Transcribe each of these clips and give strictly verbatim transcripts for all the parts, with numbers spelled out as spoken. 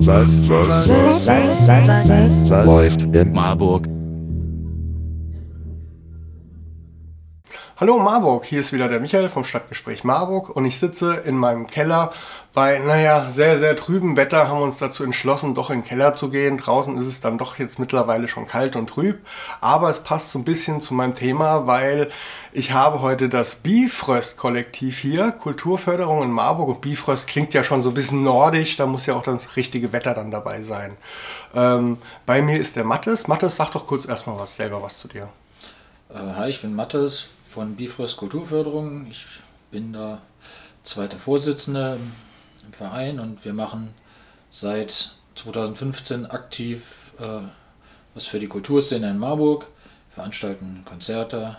was, was, was, was, was, was, was läuft in Marburg? Hallo Marburg, hier ist wieder der Michael vom Stadtgespräch Marburg und ich sitze in meinem Keller. Bei, naja, sehr, sehr trübem Wetter haben wir uns dazu entschlossen, doch in den Keller zu gehen. Draußen ist es dann doch jetzt mittlerweile schon kalt und trüb, aber es passt so ein bisschen zu meinem Thema, weil ich habe heute das Bifröst-Kollektiv hier, Kulturförderung in Marburg, und Bifröst klingt ja schon so ein bisschen nordisch, da muss ja auch das richtige Wetter dann dabei sein. Ähm, bei mir ist der Mathis. Mathis, sag doch kurz erstmal was, selber was zu dir. Äh, hi, ich bin Mathis von Bifröst Kulturförderung. Ich bin da zweiter Vorsitzender im Verein und wir machen seit zweitausendfünfzehn aktiv äh, was für die Kulturszene in Marburg, veranstalten Konzerte,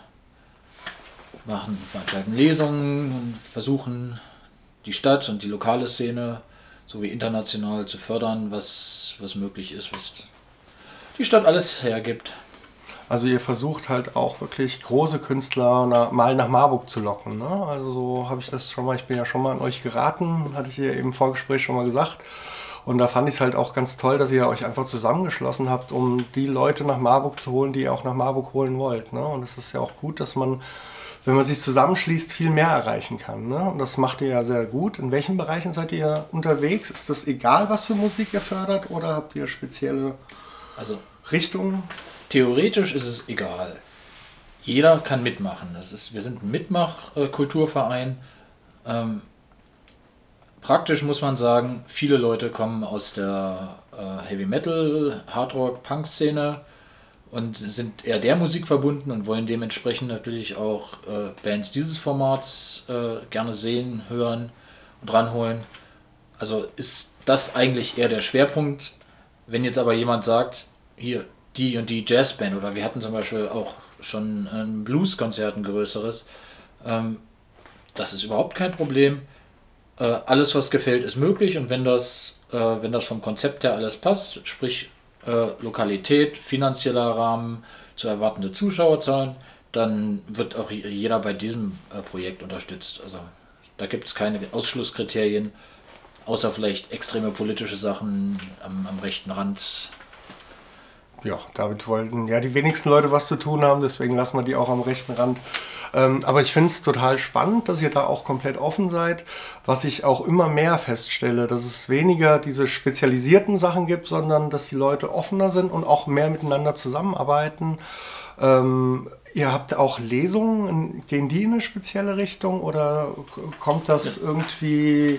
machen, veranstalten Lesungen und versuchen die Stadt und die lokale Szene sowie international zu fördern, was, was möglich ist, was die Stadt alles hergibt. Also ihr versucht halt auch wirklich große Künstler nach, mal nach Marburg zu locken, ne? Also so habe ich das schon mal, ich bin ja schon mal an euch geraten, hatte ich hier eben im Vorgespräch schon mal gesagt. Und da fand ich es halt auch ganz toll, dass ihr euch einfach zusammengeschlossen habt, um die Leute nach Marburg zu holen, die ihr auch nach Marburg holen wollt, ne? Und es ist ja auch gut, dass man, wenn man sich zusammenschließt, viel mehr erreichen kann, ne? Und das macht ihr ja sehr gut. In welchen Bereichen seid ihr unterwegs? Ist das egal, was für Musik ihr fördert, oder habt ihr spezielle also, Richtungen? Theoretisch ist es egal. Jeder kann mitmachen. Das ist, wir sind ein Mitmach-Kulturverein. Ähm, praktisch muss man sagen, viele Leute kommen aus der äh, Heavy Metal, Hard Rock, Punk-Szene und sind eher der Musik verbunden und wollen dementsprechend natürlich auch äh, Bands dieses Formats äh, gerne sehen, hören und ranholen. Also ist das eigentlich eher der Schwerpunkt. Wenn jetzt aber jemand sagt, hier, die und die Jazzband, oder wir hatten zum Beispiel auch schon ein Blueskonzert, ein größeres, ähm, das ist überhaupt kein Problem. Äh, alles, was gefällt, ist möglich, und wenn das, äh, wenn das vom Konzept her alles passt, sprich äh, Lokalität, finanzieller Rahmen, zu erwartende Zuschauerzahlen, dann wird auch jeder bei diesem äh, Projekt unterstützt. Also da gibt es keine Ausschlusskriterien, außer vielleicht extreme politische Sachen am, am rechten Rand. Ja, damit wollten ja die wenigsten Leute was zu tun haben, deswegen lassen wir die auch am rechten Rand. Ähm, aber ich finde es total spannend, dass ihr da auch komplett offen seid, was ich auch immer mehr feststelle, dass es weniger diese spezialisierten Sachen gibt, sondern dass die Leute offener sind und auch mehr miteinander zusammenarbeiten. Ähm, ihr habt auch Lesungen, gehen die in eine spezielle Richtung, oder kommt das ja. irgendwie...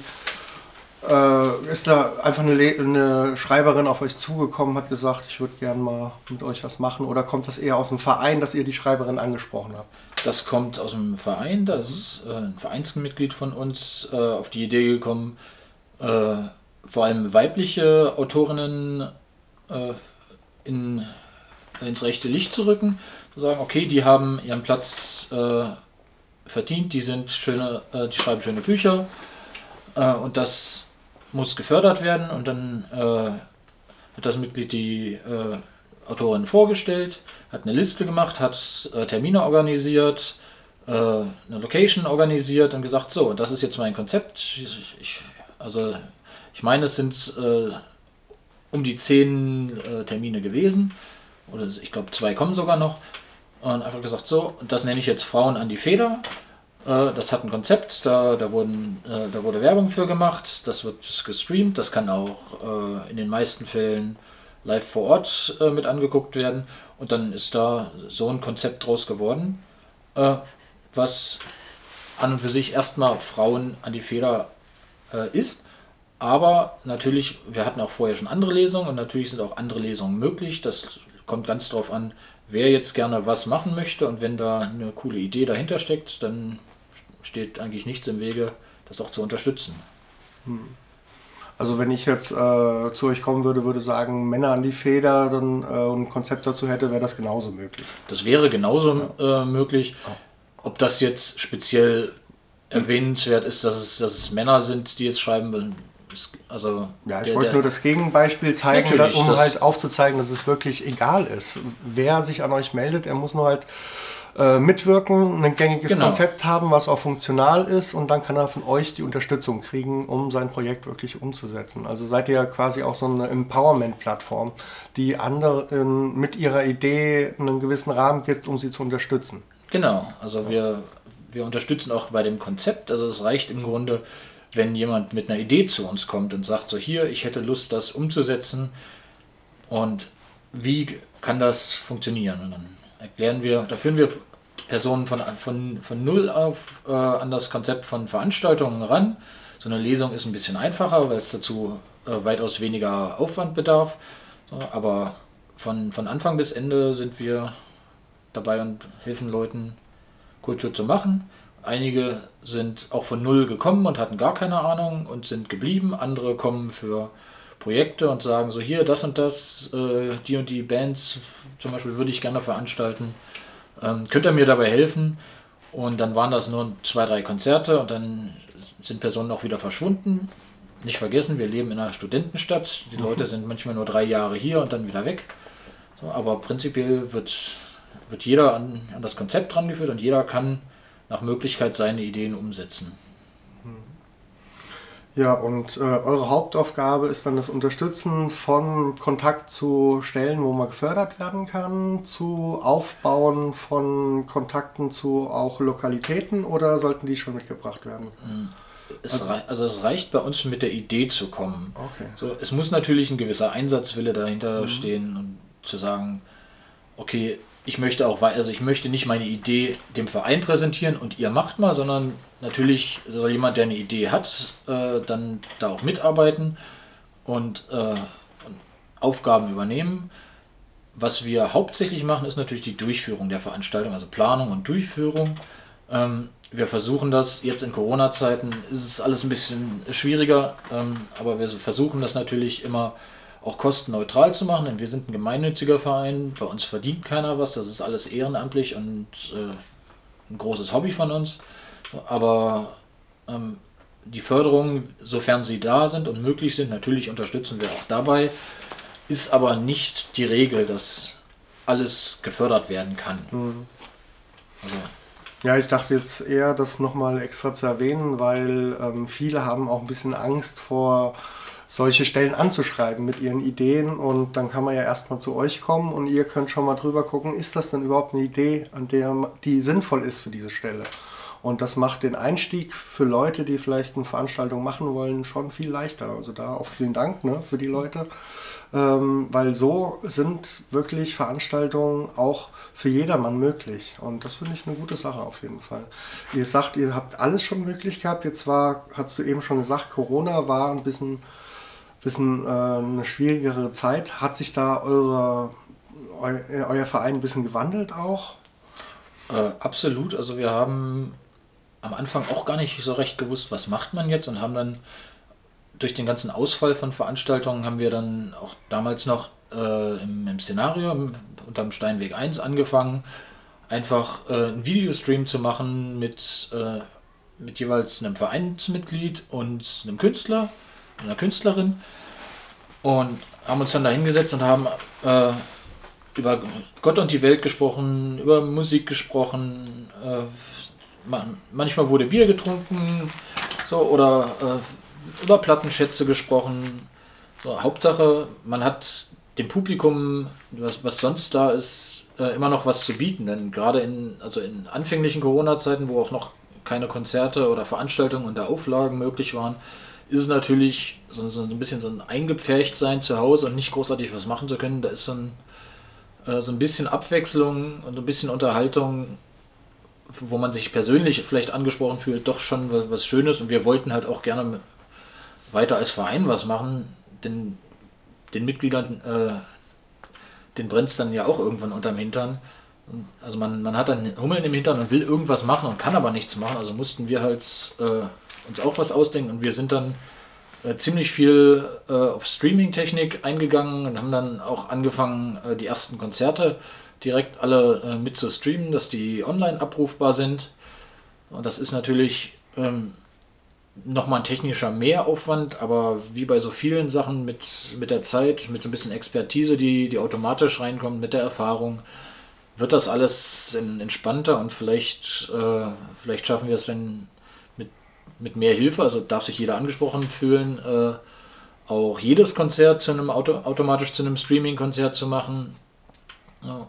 Äh, ist da einfach eine, Le- eine Schreiberin auf euch zugekommen, hat gesagt, ich würde gerne mal mit euch was machen, oder kommt das eher aus dem Verein, dass ihr die Schreiberin angesprochen habt? Das kommt aus dem Verein, da ist äh, ein Vereinsmitglied von uns äh, auf die Idee gekommen, äh, vor allem weibliche Autorinnen äh, in, ins rechte Licht zu rücken, zu sagen, okay, die haben ihren Platz äh, verdient, die sind schöne, äh, die schreiben schöne Bücher äh, und das muss gefördert werden, und dann äh, hat das Mitglied die äh, Autorin vorgestellt, hat eine Liste gemacht, hat äh, Termine organisiert, äh, eine Location organisiert und gesagt, so, das ist jetzt mein Konzept. Ich, ich, also ich meine, es sind äh, um die zehn äh, Termine gewesen, oder ich glaube zwei kommen sogar noch, und einfach gesagt, so, das nenne ich jetzt Frauen an die Feder. Das hat ein Konzept, da, da, wurden, äh, da wurde Werbung für gemacht, das wird gestreamt, das kann auch äh, in den meisten Fällen live vor Ort äh, mit angeguckt werden, und dann ist da so ein Konzept draus geworden, äh, was an und für sich erstmal Frauen an die Feder äh, ist, aber natürlich, wir hatten auch vorher schon andere Lesungen, und natürlich sind auch andere Lesungen möglich, das kommt ganz drauf an, wer jetzt gerne was machen möchte, und wenn da eine coole Idee dahinter steckt, dann steht eigentlich nichts im Wege, das auch zu unterstützen. Also wenn ich jetzt äh, zu euch kommen würde, würde sagen, Männer an die Feder, dann äh, ein Konzept dazu hätte, wäre das genauso möglich. Das wäre genauso ja. äh, möglich. Ob das jetzt speziell erwähnenswert ist, dass es, dass es Männer sind, die jetzt schreiben wollen, also ja, ich der, wollte der, nur das Gegenbeispiel zeigen, da, um das halt aufzuzeigen, dass es wirklich egal ist. Wer sich an euch meldet, er muss nur halt äh, mitwirken, ein gängiges Genau. Konzept haben, was auch funktional ist und dann kann er von euch die Unterstützung kriegen, um sein Projekt wirklich umzusetzen. Also seid ihr quasi auch so eine Empowerment-Plattform, die anderen mit ihrer Idee einen gewissen Rahmen gibt, um sie zu unterstützen. Genau, also wir, wir unterstützen auch bei dem Konzept. Also es reicht im Grunde, wenn jemand mit einer Idee zu uns kommt und sagt, so hier, ich hätte Lust, das umzusetzen und wie kann das funktionieren? Und dann erklären wir, da führen wir Personen von, von, von null auf äh, an das Konzept von Veranstaltungen ran. So eine Lesung ist ein bisschen einfacher, weil es dazu äh, weitaus weniger Aufwand bedarf. So, aber von, von Anfang bis Ende sind wir dabei und helfen Leuten, Kultur zu machen. Einige sind auch von null gekommen und hatten gar keine Ahnung und sind geblieben. Andere kommen für Projekte und sagen so, hier, das und das, äh, die und die Bands zum Beispiel würde ich gerne veranstalten. Ähm, könnt ihr mir dabei helfen? Und dann waren das nur zwei, drei Konzerte und dann sind Personen auch wieder verschwunden. Nicht vergessen, wir leben in einer Studentenstadt. Die Leute sind manchmal nur drei Jahre hier und dann wieder weg. So, aber prinzipiell wird, wird jeder an, an das Konzept rangeführt und jeder kann nach Möglichkeit seine Ideen umsetzen. Ja, und äh, eure Hauptaufgabe ist dann das Unterstützen von Kontakt zu Stellen, wo man gefördert werden kann, zu Aufbauen von Kontakten zu auch Lokalitäten oder sollten die schon mitgebracht werden? Es also, rei- also es reicht bei uns mit der Idee zu kommen. Okay. So, es muss natürlich ein gewisser Einsatzwille dahinter mhm. stehen und zu sagen, okay, ich möchte auch, also ich möchte nicht meine Idee dem Verein präsentieren und ihr macht mal, sondern natürlich soll jemand, der eine Idee hat, äh, dann da auch mitarbeiten und, äh, und Aufgaben übernehmen. Was wir hauptsächlich machen, ist natürlich die Durchführung der Veranstaltung, also Planung und Durchführung. Ähm, wir versuchen das, jetzt in Corona-Zeiten ist es alles ein bisschen schwieriger, ähm, aber wir versuchen das natürlich immer auch kostenneutral zu machen, denn wir sind ein gemeinnütziger Verein, bei uns verdient keiner was, das ist alles ehrenamtlich und äh, ein großes Hobby von uns. Aber ähm, die Förderung, sofern sie da sind und möglich sind, natürlich unterstützen wir auch dabei, ist aber nicht die Regel, dass alles gefördert werden kann. Mhm. Also, ja, ich dachte jetzt eher, das nochmal extra zu erwähnen, weil ähm, viele haben auch ein bisschen Angst vor solche Stellen anzuschreiben mit ihren Ideen und dann kann man ja erstmal zu euch kommen und ihr könnt schon mal drüber gucken, ist das denn überhaupt eine Idee, an der die sinnvoll ist für diese Stelle? Und das macht den Einstieg für Leute, die vielleicht eine Veranstaltung machen wollen, schon viel leichter. Also da auch vielen Dank, ne, für die Leute, ähm, weil so sind wirklich Veranstaltungen auch für jedermann möglich und das finde ich eine gute Sache auf jeden Fall. Ihr sagt, ihr habt alles schon möglich gehabt, jetzt war, hast du eben schon gesagt, Corona war ein bisschen bisschen äh, eine schwierigere Zeit. Hat sich da eure, eu, euer Verein ein bisschen gewandelt auch? Äh, absolut. Also wir haben am Anfang auch gar nicht so recht gewusst, was macht man jetzt und haben dann durch den ganzen Ausfall von Veranstaltungen haben wir dann auch damals noch äh, im, im Szenario im, unterm Steinweg eins angefangen, einfach äh, einen Videostream zu machen mit, äh, mit jeweils einem Vereinsmitglied und einem Künstler, einer Künstlerin und haben uns dann da hingesetzt und haben äh, über Gott und die Welt gesprochen, über Musik gesprochen, äh, man, manchmal wurde Bier getrunken so, oder äh, über Plattenschätze gesprochen. So, Hauptsache, man hat dem Publikum, was, was sonst da ist, äh, immer noch was zu bieten, denn gerade in, also in anfänglichen Corona-Zeiten, wo auch noch keine Konzerte oder Veranstaltungen unter Auflagen möglich waren, ist es natürlich so, so ein bisschen so ein eingepfercht sein zu Hause und nicht großartig was machen zu können. Da ist so ein, äh, so ein bisschen Abwechslung und ein bisschen Unterhaltung, wo man sich persönlich vielleicht angesprochen fühlt, doch schon was, was Schönes. Und wir wollten halt auch gerne weiter als Verein was machen, denn den Mitgliedern, äh, den brennt es dann ja auch irgendwann unterm Hintern. Also man, man hat dann Hummeln im Hintern und will irgendwas machen und kann aber nichts machen. Also mussten wir halt äh, uns auch was ausdenken und wir sind dann äh, ziemlich viel äh, auf Streaming-Technik eingegangen und haben dann auch angefangen, äh, die ersten Konzerte direkt alle äh, mit zu streamen, dass die online abrufbar sind. Und das ist natürlich ähm, nochmal ein technischer Mehraufwand, aber wie bei so vielen Sachen mit, mit der Zeit, mit so ein bisschen Expertise, die, die automatisch reinkommt, mit der Erfahrung, wird das alles in, entspannter und vielleicht, äh, vielleicht schaffen wir es dann mit, mit mehr Hilfe, also darf sich jeder angesprochen fühlen, äh, auch jedes Konzert zu einem Auto, automatisch zu einem Streaming-Konzert zu machen. Ja.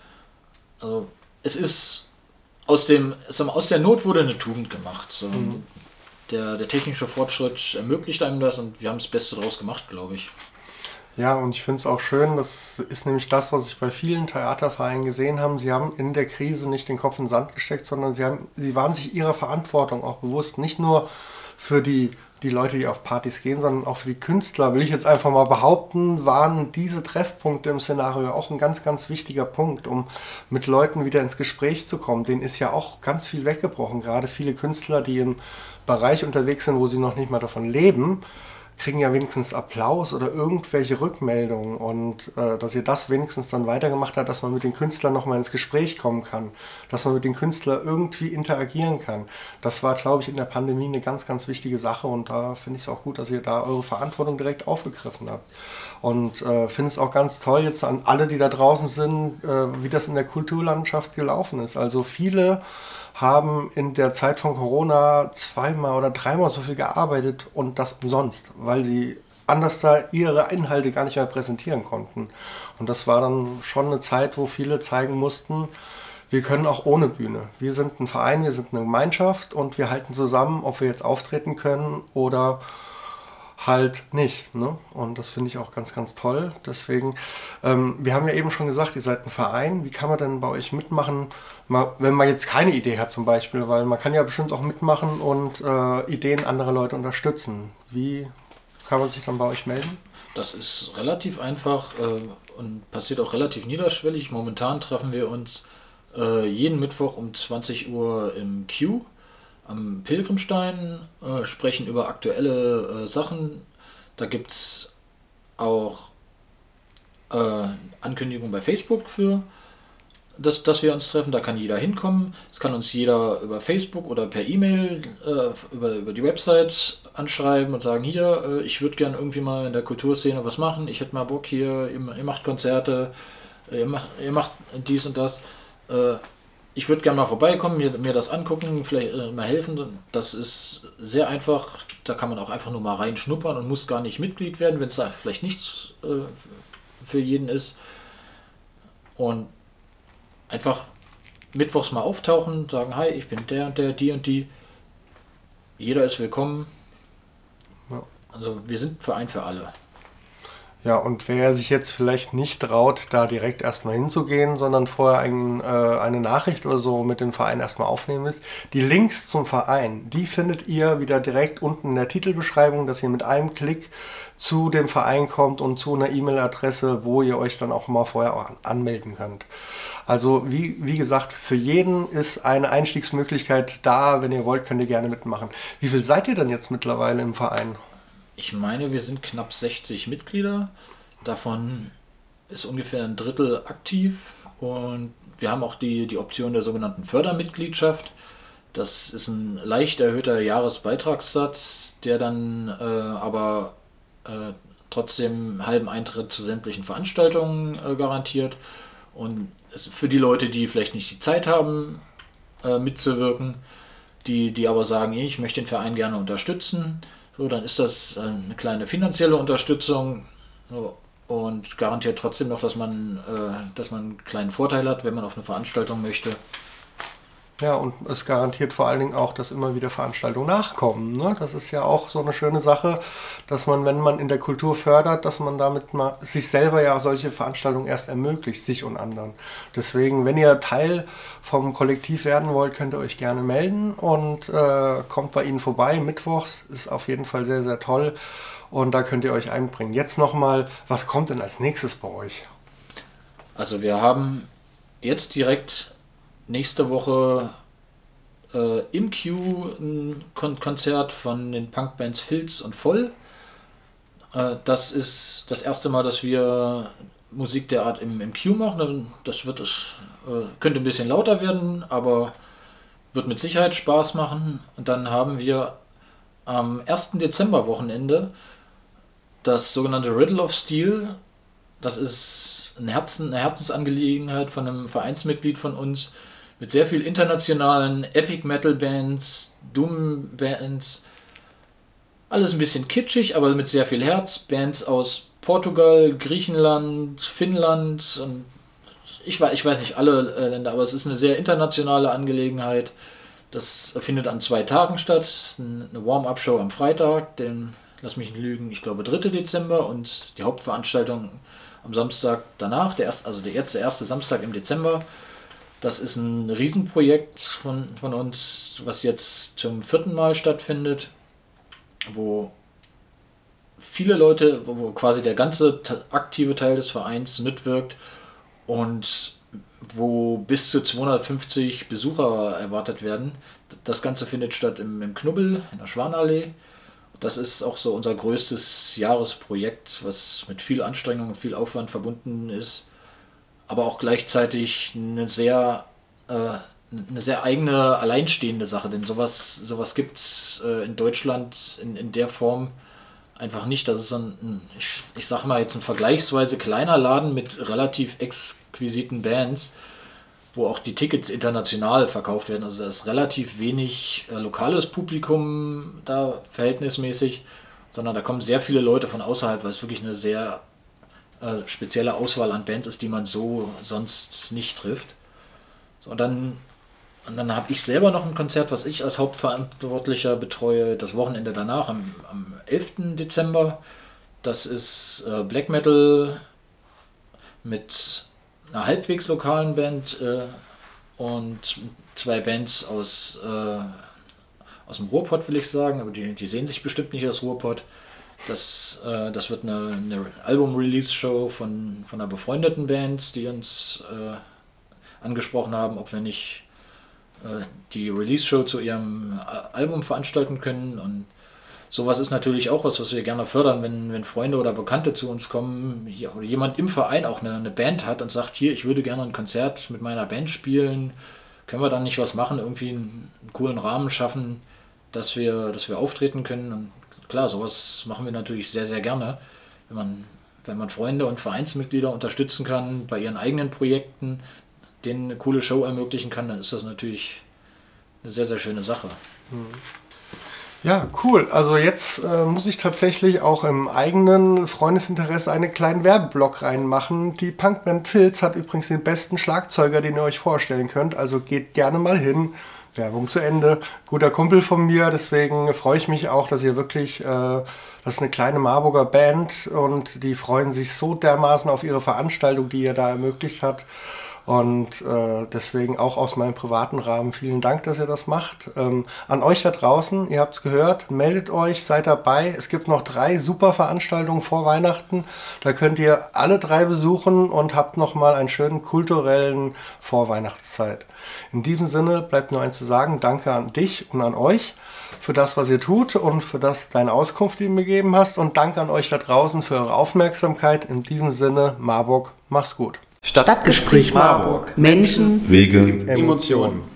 Also es ist aus dem, aus der Not wurde eine Tugend gemacht. So. Mhm. Der, der technische Fortschritt ermöglicht einem das und wir haben das Beste draus gemacht, glaube ich. Ja, und ich finde es auch schön, das ist nämlich das, was ich bei vielen Theatervereinen gesehen habe. Sie haben in der Krise nicht den Kopf in den Sand gesteckt, sondern sie, haben, sie waren sich ihrer Verantwortung auch bewusst. Nicht nur für die, die Leute, die auf Partys gehen, sondern auch für die Künstler, will ich jetzt einfach mal behaupten, waren diese Treffpunkte im Szenario auch ein ganz, ganz wichtiger Punkt, um mit Leuten wieder ins Gespräch zu kommen. Denen ist ja auch ganz viel weggebrochen. Gerade viele Künstler, die im Bereich unterwegs sind, wo sie noch nicht mal davon leben, kriegen ja wenigstens Applaus oder irgendwelche Rückmeldungen und äh, dass ihr das wenigstens dann weitergemacht habt, dass man mit den Künstlern nochmal ins Gespräch kommen kann, dass man mit den Künstlern irgendwie interagieren kann. Das war, glaube ich, in der Pandemie eine ganz, ganz wichtige Sache und da finde ich es auch gut, dass ihr da eure Verantwortung direkt aufgegriffen habt. Und äh, finde es auch ganz toll jetzt an alle, die da draußen sind, äh, wie das in der Kulturlandschaft gelaufen ist. Also viele haben in der Zeit von Corona zweimal oder dreimal so viel gearbeitet und das umsonst, weil sie anders da ihre Inhalte gar nicht mehr präsentieren konnten. Und das war dann schon eine Zeit, wo viele zeigen mussten, wir können auch ohne Bühne. Wir sind ein Verein, wir sind eine Gemeinschaft und wir halten zusammen, ob wir jetzt auftreten können oder halt nicht. Ne? Und das finde ich auch ganz, ganz toll. Deswegen, ähm, wir haben ja eben schon gesagt, ihr seid ein Verein. Wie kann man denn bei euch mitmachen, mal, wenn man jetzt keine Idee hat zum Beispiel? Weil man kann ja bestimmt auch mitmachen und äh, Ideen anderer Leute unterstützen. Wie kann man sich dann bei euch melden? Das ist relativ einfach äh, und passiert auch relativ niederschwellig. Momentan treffen wir uns äh, jeden Mittwoch um zwanzig Uhr im Q am Pilgrimstein, äh, sprechen über aktuelle äh, Sachen. Da gibt es auch äh, Ankündigungen bei Facebook für, dass, dass wir uns treffen. Da kann jeder hinkommen. Es kann uns jeder über Facebook oder per E-Mail äh, über, über die Website anschreiben und sagen, hier, äh, ich würde gerne irgendwie mal in der Kulturszene was machen. Ich hätte mal Bock hier, ihr, ihr macht Konzerte, ihr macht, ihr macht dies und das. Äh, Ich würde gerne mal vorbeikommen, mir, mir das angucken, vielleicht äh, mal helfen. Das ist sehr einfach. Da kann man auch einfach nur mal reinschnuppern und muss gar nicht Mitglied werden, wenn es da vielleicht nichts äh, für jeden ist. Und einfach mittwochs mal auftauchen, sagen, hi, ich bin der und der, die und die. Jeder ist willkommen. Ja. Also wir sind Verein für alle. Ja, und wer sich jetzt vielleicht nicht traut, da direkt erstmal hinzugehen, sondern vorher ein, äh, eine Nachricht oder so mit dem Verein erstmal aufnehmen ist, die Links zum Verein, die findet ihr wieder direkt unten in der Titelbeschreibung, dass ihr mit einem Klick zu dem Verein kommt und zu einer E-Mail-Adresse, wo ihr euch dann auch mal vorher auch anmelden könnt. Also wie, wie gesagt, für jeden ist eine Einstiegsmöglichkeit da. Wenn ihr wollt, könnt ihr gerne mitmachen. Wie viel seid ihr denn jetzt mittlerweile im Verein? Ich meine, wir sind knapp sechzig Mitglieder. Davon ist ungefähr ein Drittel aktiv und wir haben auch die, die Option der sogenannten Fördermitgliedschaft. Das ist ein leicht erhöhter Jahresbeitragssatz, der dann äh, aber äh, trotzdem halben Eintritt zu sämtlichen Veranstaltungen äh, garantiert. Und es für die Leute, die vielleicht nicht die Zeit haben, äh, mitzuwirken, die, die aber sagen, ich möchte den Verein gerne unterstützen, so, dann ist das eine kleine finanzielle Unterstützung so, und garantiert trotzdem noch, dass man, äh, dass man einen kleinen Vorteil hat, wenn man auf eine Veranstaltung möchte. Ja, und es garantiert vor allen Dingen auch, dass immer wieder Veranstaltungen nachkommen. Ne? Das ist ja auch so eine schöne Sache, dass man, wenn man in der Kultur fördert, dass man damit mal sich selber ja solche Veranstaltungen erst ermöglicht, sich und anderen. Deswegen, wenn ihr Teil vom Kollektiv werden wollt, könnt ihr euch gerne melden und äh, kommt bei ihnen vorbei. Mittwochs ist auf jeden Fall sehr, sehr toll und da könnt ihr euch einbringen. Jetzt nochmal, was kommt denn als nächstes bei euch? Also wir haben jetzt direkt nächste Woche äh, im Q ein Kon- Konzert von den Punkbands Filz und Voll. Äh, das ist das erste Mal, dass wir Musik der Art im, im Q machen. Das wird es, äh, könnte ein bisschen lauter werden, aber wird mit Sicherheit Spaß machen. Und dann haben wir am ersten Dezember-Wochenende das sogenannte Riddle of Steel. das ist ein Herzen, eine Herzensangelegenheit von einem Vereinsmitglied von uns mit sehr viel internationalen Epic Metal Bands, Doom Bands, alles ein bisschen kitschig, aber mit sehr viel Herz. Bands aus Portugal, Griechenland, Finnland und ich weiß, ich weiß nicht alle äh, Länder, aber es ist eine sehr internationale Angelegenheit. Das findet an zwei Tagen statt. Eine Warm-Up-Show am Freitag, den, lass mich nicht lügen, ich glaube dritter Dezember und die Hauptveranstaltung am Samstag danach, der erste, also der erste, erste Samstag im Dezember. Das ist ein Riesenprojekt von, von uns, was jetzt zum vierten Mal stattfindet, wo viele Leute, wo, wo quasi der ganze aktive Teil des Vereins mitwirkt und wo bis zu zweihundertfünfzig Besucher erwartet werden. Das Ganze findet statt im, im Knubbel, in der Schwanallee. Das ist auch so unser größtes Jahresprojekt, was mit viel Anstrengung und viel Aufwand verbunden ist, aber auch gleichzeitig eine sehr, äh, eine sehr eigene, alleinstehende Sache, denn sowas, sowas gibt es äh, in Deutschland in, in der Form einfach nicht. Das ist ein, ich, ich sag mal jetzt ein vergleichsweise kleiner Laden mit relativ exquisiten Bands, wo auch die Tickets international verkauft werden. Also da ist relativ wenig äh, lokales Publikum da verhältnismäßig, sondern da kommen sehr viele Leute von außerhalb, weil es wirklich eine sehr äh, spezielle Auswahl an Bands ist, die man so sonst nicht trifft. So, und dann, und dann habe ich selber noch ein Konzert, was ich als Hauptverantwortlicher betreue, das Wochenende danach, am, am elften Dezember. Das ist äh, Black Metal mit einer halbwegs lokalen Band äh, und zwei Bands aus, äh, aus dem Ruhrpott, will ich sagen, aber die, die sehen sich bestimmt nicht als Ruhrpott. Das, äh, das wird eine, eine Album-Release-Show von, von einer befreundeten Band, die uns äh, angesprochen haben, ob wir nicht äh, die Release-Show zu ihrem Album veranstalten können. Und sowas ist natürlich auch was, was wir gerne fördern, wenn, wenn Freunde oder Bekannte zu uns kommen hier, oder jemand im Verein auch eine, eine Band hat und sagt, hier, ich würde gerne ein Konzert mit meiner Band spielen, können wir dann nicht was machen, irgendwie einen, einen coolen Rahmen schaffen, dass wir, dass wir auftreten können. Und klar, sowas machen wir natürlich sehr, sehr gerne, wenn man, wenn man Freunde und Vereinsmitglieder unterstützen kann bei ihren eigenen Projekten, denen eine coole Show ermöglichen kann, dann ist das natürlich eine sehr, sehr schöne Sache. Mhm. Ja, cool. Also jetzt äh, muss ich tatsächlich auch im eigenen Freundesinteresse einen kleinen Werbeblock reinmachen. Die Punkband Filz hat übrigens den besten Schlagzeuger, den ihr euch vorstellen könnt. Also geht gerne mal hin. Werbung zu Ende. Guter Kumpel von mir, deswegen freue ich mich auch, dass ihr wirklich, äh, das ist eine kleine Marburger Band und die freuen sich so dermaßen auf ihre Veranstaltung, die ihr da ermöglicht habt. Und äh, deswegen auch aus meinem privaten Rahmen vielen Dank, dass ihr das macht. Ähm, an euch da draußen, ihr habt es gehört, meldet euch, seid dabei. Es gibt noch drei super Veranstaltungen vor Weihnachten. Da könnt ihr alle drei besuchen und habt nochmal einen schönen kulturellen Vorweihnachtszeit. In diesem Sinne bleibt nur eins zu sagen, danke an dich und an euch für das, was ihr tut und für das deine Auskunft, die du mir gegeben hast. Und danke an euch da draußen für eure Aufmerksamkeit. In diesem Sinne, Marburg, mach's gut. Stadtgespräch Marburg. Menschen, Wege, Emotionen.